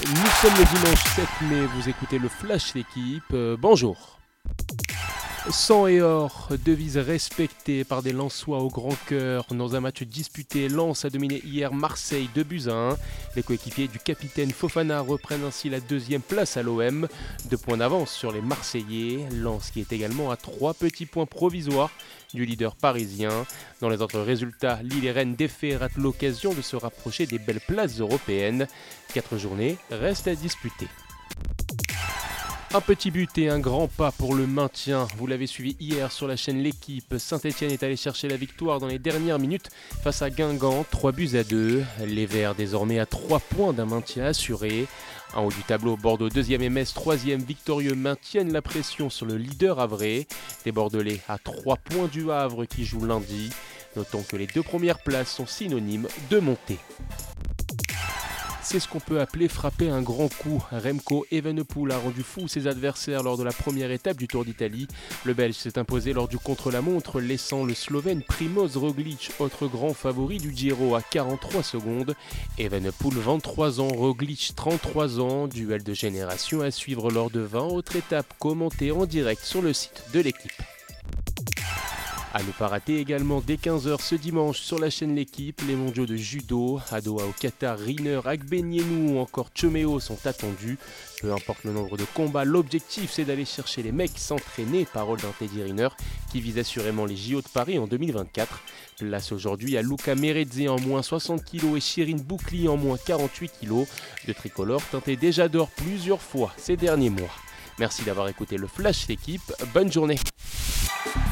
Nous sommes le dimanche 7 mai, vous écoutez le Flash L'équipe, bonjour. Sang et or, devise respectée par des Lensois au grand cœur. Dans un match disputé, Lens a dominé hier Marseille 2-1. Les coéquipiers du capitaine Fofana reprennent ainsi la deuxième place à l'OM. 2 points d'avance sur les Marseillais. Lens qui est également à 3 petits points provisoires du leader parisien. Dans les autres résultats, Lille et Rennes défaits ratent l'occasion de se rapprocher des belles places européennes. 4 journées restent à disputer. Un petit but et un grand pas pour le maintien. Vous l'avez suivi hier sur la chaîne L'équipe. Saint-Etienne est allé chercher la victoire dans les dernières minutes face à Guingamp, 3-2. Les Verts désormais à 3 points d'un maintien assuré. En haut du tableau, Bordeaux 2e et Metz 3e victorieux maintiennent la pression sur le leader havrais. Les Bordelais à 3 points du Havre qui joue lundi. Notons que les 2 premières places sont synonymes de montée. C'est ce qu'on peut appeler frapper un grand coup. Remco Evenepoel a rendu fou ses adversaires lors de la première étape du Tour d'Italie. Le Belge s'est imposé lors du contre-la-montre, laissant le Slovène Primoz Roglic, autre grand favori du Giro, à 43 secondes. Evenepoel 23 ans, Roglic 33 ans. Duel de génération à suivre lors de 20 autres étapes commentées en direct sur le site de l'équipe. À ne pas rater également dès 15h ce dimanche sur la chaîne L'équipe, les mondiaux de judo. À Doha au Qatar, Riner, Agbenienou ou encore Chomeo sont attendus. Peu importe le nombre de combats, l'objectif c'est d'aller chercher les mecs s'entraîner, parole d'un Teddy Riner qui vise assurément les JO de Paris en 2024. Place aujourd'hui à Luca Merezzi en moins 60 kg et Shirin Boukli en moins 48 kg. De tricolore teinté déjà d'or plusieurs fois ces derniers mois. Merci d'avoir écouté le Flash L'équipe, bonne journée.